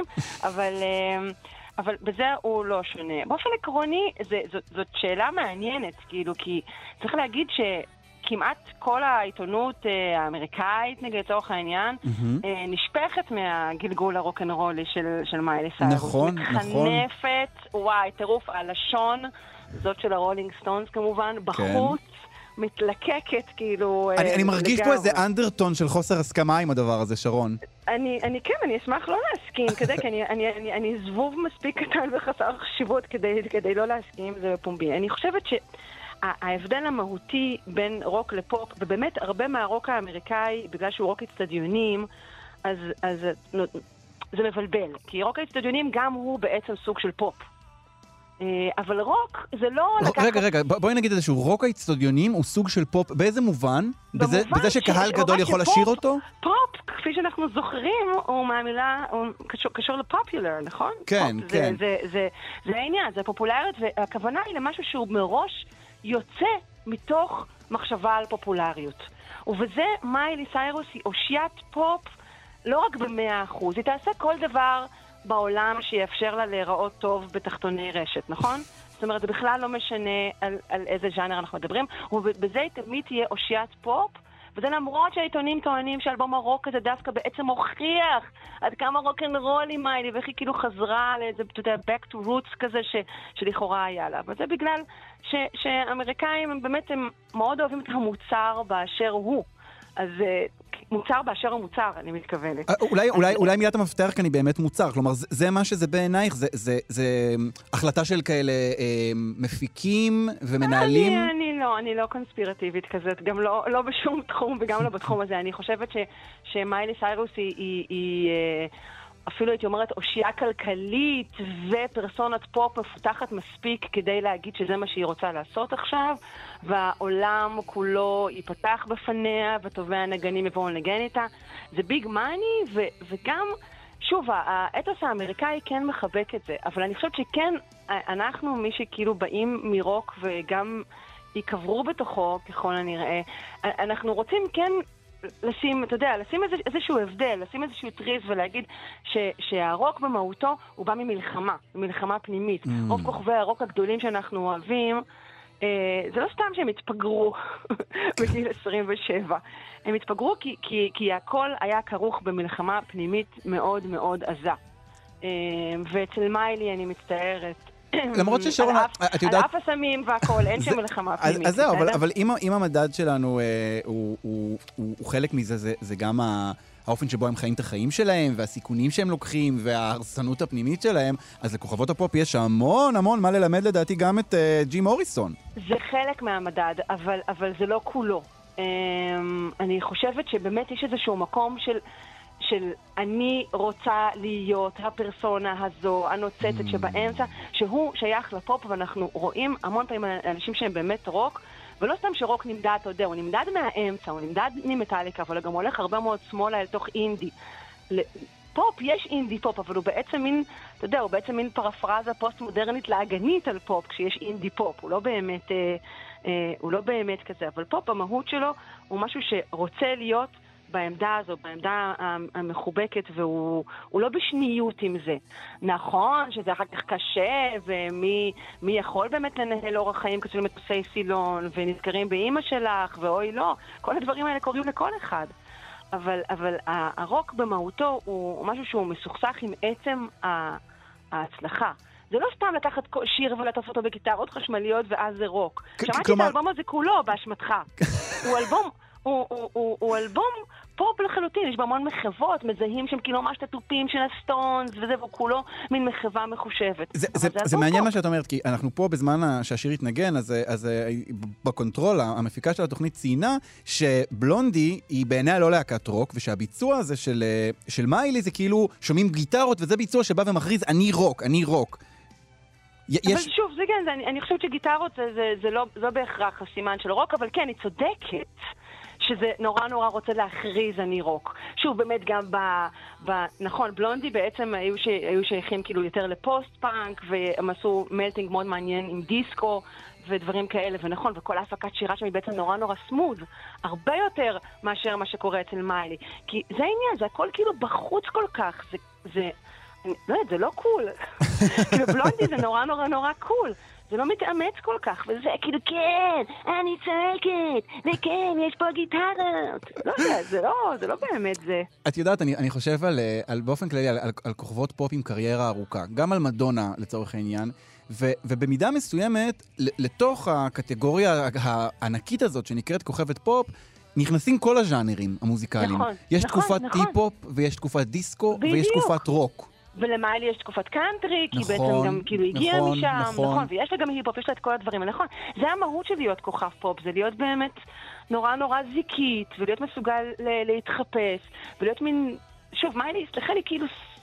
אבל בזה הוא לא שונה. באופן עקרוני, זאת שאלה מעניינת, כאילו, כי צריך להגיד כמעט כל העיתונות האמריקאית, נגיד לצורך העניין, נשפכת מהגלגול הרוקנרולי של מיילי סיירוס.
נכון, נכון.
מתחנפת, וואי, טירוף הלשון, זאת של הרולינג סטונס כמובן, בחוץ, מתלקקת, כאילו...
אני מרגיש פה איזה אנדרטון של חוסר הסכמה עם הדבר הזה, שרון.
אני אשמח לא להסכים, כי אני זבוב מספיק קטן וחסר חשיבות כדי לא להסכים, זה בפומבי. אני חושבת ההבדל המהותי בין רוק לפופ, ובאמת הרבה מהרוק האמריקאי, בגלל שהוא רוק אצטדיונים, אז זה מבלבל. כי רוק האצטדיונים גם הוא בעצם סוג של פופ. אבל רוק זה לא לקחת...
רגע, בואי נגיד איזשהו, רוק האצטדיונים הוא סוג של פופ, באיזה מובן? בזה שקהל גדול יכול לשיר אותו?
פופ, כפי שאנחנו זוכרים, הוא מהמילה, הוא קשור לפופולר, נכון?
כן, כן.
זה העניין, זה פופולריות, והכוונה היא למשהו שהוא מראש יוצא מתוך מחשבה על פופולריות. ובזה מיילי סיירוס היא אושיית פופ לא רק ב100%, היא תעשה כל דבר בעולם שיאפשר לה להיראות טוב בתחתוני רשת, נכון? זאת אומרת, זה בכלל לא משנה על איזה ז'אנר אנחנו מדברים, ובזה היא תמיד תהיה אושיית פופ, וזה למרות שהעיתונים טוענים שאלבום הרוק הזה דווקא בעצם מוכיח עד כמה רוק'נ'רול היא מיילי, ואיך היא כאילו חזרה לאיזה, אתה יודע, back to roots כזה שלכאורה היה לה. וזה בגלל שאמריקאים הם באמת הם מאוד אוהבים את המוצר באשר הוא. אז מוצר באשר הוא מוצר, אני מתכוונת.
אולי מילת המפתח כאן היא באמת מוצר, כלומר, זה מה שזה בעינייך, זה החלטה של כאלה מפיקים ומנהלים?
אני לא קונספירטיבית כזאת, גם לא בשום תחום וגם לא בתחום הזה. אני חושבת שמיילי סיירוס היא אפילו הייתי אומרת אושייה כלכלית ופרסונת פופ מפותחת מספיק כדי להגיד שזה מה שהיא רוצה לעשות עכשיו, והעולם כולו ייפתח בפניה וטובי הנגנים יבואו לנגן איתה. זה ביג מאני, וגם שוב, האתוס האמריקאי כן מחבק את זה, אבל אני חושבת שכן אנחנו, מי שכאילו באים מרוק וגם יקברו בתוכו ככל הנראה, אנחנו רוצים כן לשים, אתה יודע, לשים איזשהו הבדל, לשים איזשהו טריז ולהגיד שהרוק במהותו הוא בא ממלחמה פנימית. רוב כוכבי הרוק הגדולים שאנחנו אוהבים, זה לא סתם שהם התפגרו בגיל 27. הם התפגרו כי הכל היה כרוך במלחמה פנימית מאוד מאוד עזה. ואצל מיילי אני מצטערת,
למרות ששרון, את יודעת...
על אף הסמים והכל, אין שם מלחמה פנימית.
אז זהו, אבל אם המדד שלנו הוא חלק מזה, זה גם האופן שבו הם חיים את החיים שלהם, והסיכונים שהם לוקחים, וההרסנות הפנימית שלהם, אז לכוכבות הפופ יש המון המון מה ללמד לדעתי גם את ג'ים מוריסון.
זה חלק מהמדד, אבל זה לא כולו. אני חושבת שבאמת יש איזשהו מקום של אני רוצה להיות הפרסונה הזו, הנוצצת שבאמצע, שהוא שייך לפופ, ואנחנו רואים המון פעמים אנשים שהם באמת רוק, ולא סתם שרוק נמדד, אתה יודע, הוא נמדד מהאמצע, הוא נמדד ממטליקה, אבל הוא גם הולך הרבה מאוד שמאלה אל תוך אינדי. פופ, יש אינדי פופ, אבל הוא בעצם מין, אתה יודע, הוא בעצם מין פרפרזה פוסט-מודרנית להגנית על פופ, כשיש אינדי פופ, הוא לא באמת כזה, אבל פופ, המהות שלו, הוא משהו שרוצה להיות בעמדה הזו, בעמדה המחובקת, והוא לא בשניות עם זה. נכון שזה אחר כך קשה, ומי יכול באמת לנהל אורח חיים כזה למטוסי סילון, ונזכרים באמא שלך, ואוי לא. כל הדברים האלה קורים לכל אחד. אבל הרוק במהותו הוא משהו שהוא מסוכסך עם עצם ההצלחה. זה לא סתם לקחת שיר ולטוף אותו בגיטרות חשמליות ואז זה רוק. שמעתי את האלבום הזה כולו באשמתך. הוא אלבום פופ לחלוטין, יש בהמון מחוות, מזהים שם כאילו ממש את הטופים של הסטונס וזה, והוא כולו מין מחווה מחושבת.
זה מעניין מה שאת אומרת, כי אנחנו פה בזמן שהשיר התנגן, אז בקונטרול, המפיקה של התוכנית ציינה שבלונדי היא בעיניה לא להקת רוק, ושהביצוע הזה של מיילי זה כאילו שומעים גיטרות, וזה ביצוע שבא ומכריז אני רוק.
אבל שוב, זה כן, אני חושבת שגיטרות זה לא בהכרח הסימן של רוק, אבל כן, היא צודקת. שזה נורא רוצה להכריז אני רוק. שוב, באמת גם נכון, בלונדי בעצם היו שייכים כאילו יותר לפוסט-פאנק, והם עשו מלטינג מאוד מעניין עם דיסקו ודברים כאלה, ונכון, וכל ההפקת שירה שם היא בעצם נורא סמוד, הרבה יותר מאשר מה שקורה אצל מיילי. כי זה העניין, זה הכל כאילו בחוץ כל כך, זה לא יודע, זה לא קול. כאילו בלונדי זה נורא קול. זה לא מתאמץ כל כך, וזה כאילו, כן, אני צועקת, וכן, יש פה גיטרות. לא יודע, זה לא באמת זה.
את יודעת, אני חושב באופן כללי, על כוכבות פופ עם קריירה ארוכה, גם על מדונה לצורך העניין, ובמידה מסוימת, לתוך הקטגוריה הענקית הזאת שנקראת כוכבת פופ, נכנסים כל הז'אנרים המוזיקליים. יש תקופת טי-פופ, ויש תקופת דיסקו, ויש תקופת רוק.
ולמיילי יש תקופת קאנטרי, כי בעצם גם כאילו הגיעה משם, נכון, ויש לה גם היפ-הופ, יש לה את כל הדברים, נכון. זה המהות של להיות כוכב פופ, זה להיות באמת נורא זיקית, ולהיות מסוגל להתחפש, ולהיות מין, שוב, מיילי, סליחה לי, כאילו,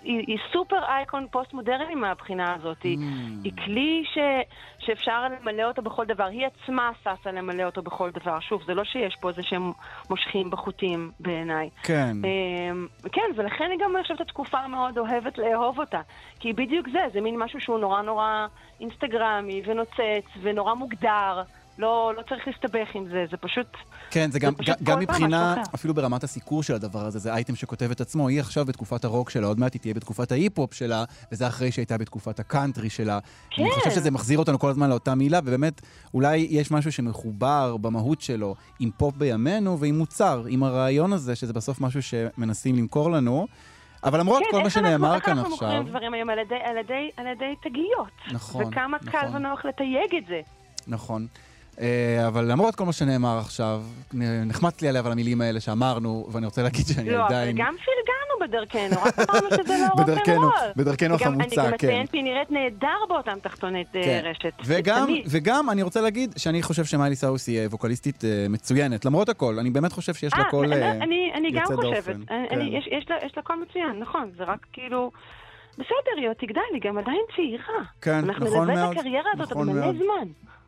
היא סופר אייקון פוסט-מודרני מהבחינה הזאת. היא כלי שאפשר למלא אותו בכל דבר. היא עצמה ססה למלא אותו בכל דבר. שוב, זה לא שיש פה איזה שהם מושכים בחוטים בעיניי.
כן.
כן, ולכן היא גם עכשיו את התקופה מאוד אוהבת לאהוב אותה. כי בדיוק זה מין משהו שהוא נורא נורא אינסטגרמי ונוצץ ונורא מוגדר. לא צריך להסתבך עם זה, זה פשוט...
כן, זה גם מבחינה, אפילו ברמת הסיקור של הדבר הזה, זה אייטם שכותב את עצמו. היא עכשיו בתקופת הרוק שלה, עוד מעט היא תהיה בתקופת ההיפ-הופ שלה, וזה אחרי שהייתה בתקופת הקאנטרי שלה. אני חושב שזה מחזיר אותנו כל הזמן לאותה מילה, ובאמת, אולי יש משהו שמחובר במהות שלו עם פופ בימינו, ועם מוצר, עם הרעיון הזה, שזה בסוף משהו שמנסים למכור לנו. אבל למרות כל מה שנאמר כאן עכשיו...
אנחנו מוכרים דברים היום על ידי תגיות.
נכון.
וכמה קל ונוח לתייג את זה.
נכון. אבל למרות כל מה שנאמר עכשיו, נחמץ לי עליו על המילים האלה שאמרנו, ואני רוצה להגיד שאני עדיין...
לא, אבל גם פרגנו בדרכנו, רק אמרנו שזה לא רוק'נ'רול.
בדרכנו החמוצה, כן.
אני גם אציין שהיא נראית נהדר באותם תחתונית רשת.
וגם אני רוצה להגיד שאני חושב שמיילי סיירוס היא ווקליסטית מצוינת, למרות הכל, אני באמת חושב שיש לה קול יוצא דופן.
אני גם חושבת, יש לה קול מצוין, נכון, זה רק כאילו... בסדר, היא תגדל, היא גם עדיין צעירה.
כן, נכון מאוד.
אנחנו נלווה את הקריירה הזאת במלא זמן.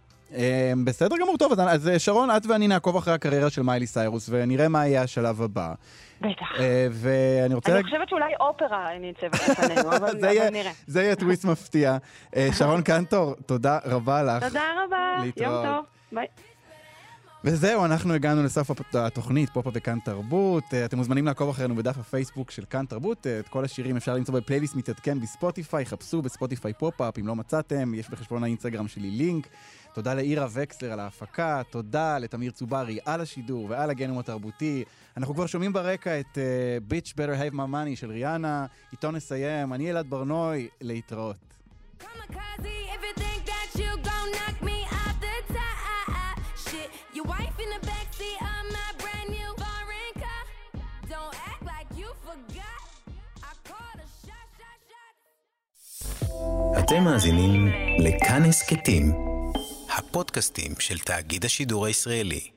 בסדר גמור, טוב, אז שרון, את ואני נעקוב אחרי הקריירה של מיילי סיירוס, ונראה מה יהיה השלב הבא.
בטח.
ואני רוצה...
אני חושבת שאולי אופרה ניצבת לפנינו, אבל נראה.
זה יהיה טוויסט מפתיע. שרון קנטור, תודה רבה לך.
תודה רבה, יום טוב, ביי.
וזהו, אנחנו הגענו לסוף התוכנית, פופ-אפ וכאן תרבות. אתם מוזמנים לעקוב אחרינו בדף הפייסבוק של כאן תרבות. את כל השירים אפשר למצוא בפלייליסט מתעדכן בספוטיפיי, חפשו בספוטיפיי פופ-אפ, אם לא מצאתם, יש בחשבון האינסטגרם שלי לינק. תודה לאירה וקסלר על ההפקה, תודה לתמיר צוברי על השידור ועל הגנום התרבותי. אנחנו כבר שומעים ברקע את Bitch Better Have My Money של ריאנה. איתו נסיים, אני אלעד ברנוי, להתראות.
Your wife in the backseat of my brand new foreign car. Don't act like you forgot. I called a shot.
אתם מאזינים לכאן הסכתים, הפודקאסטים של תאגיד השידור הישראלי.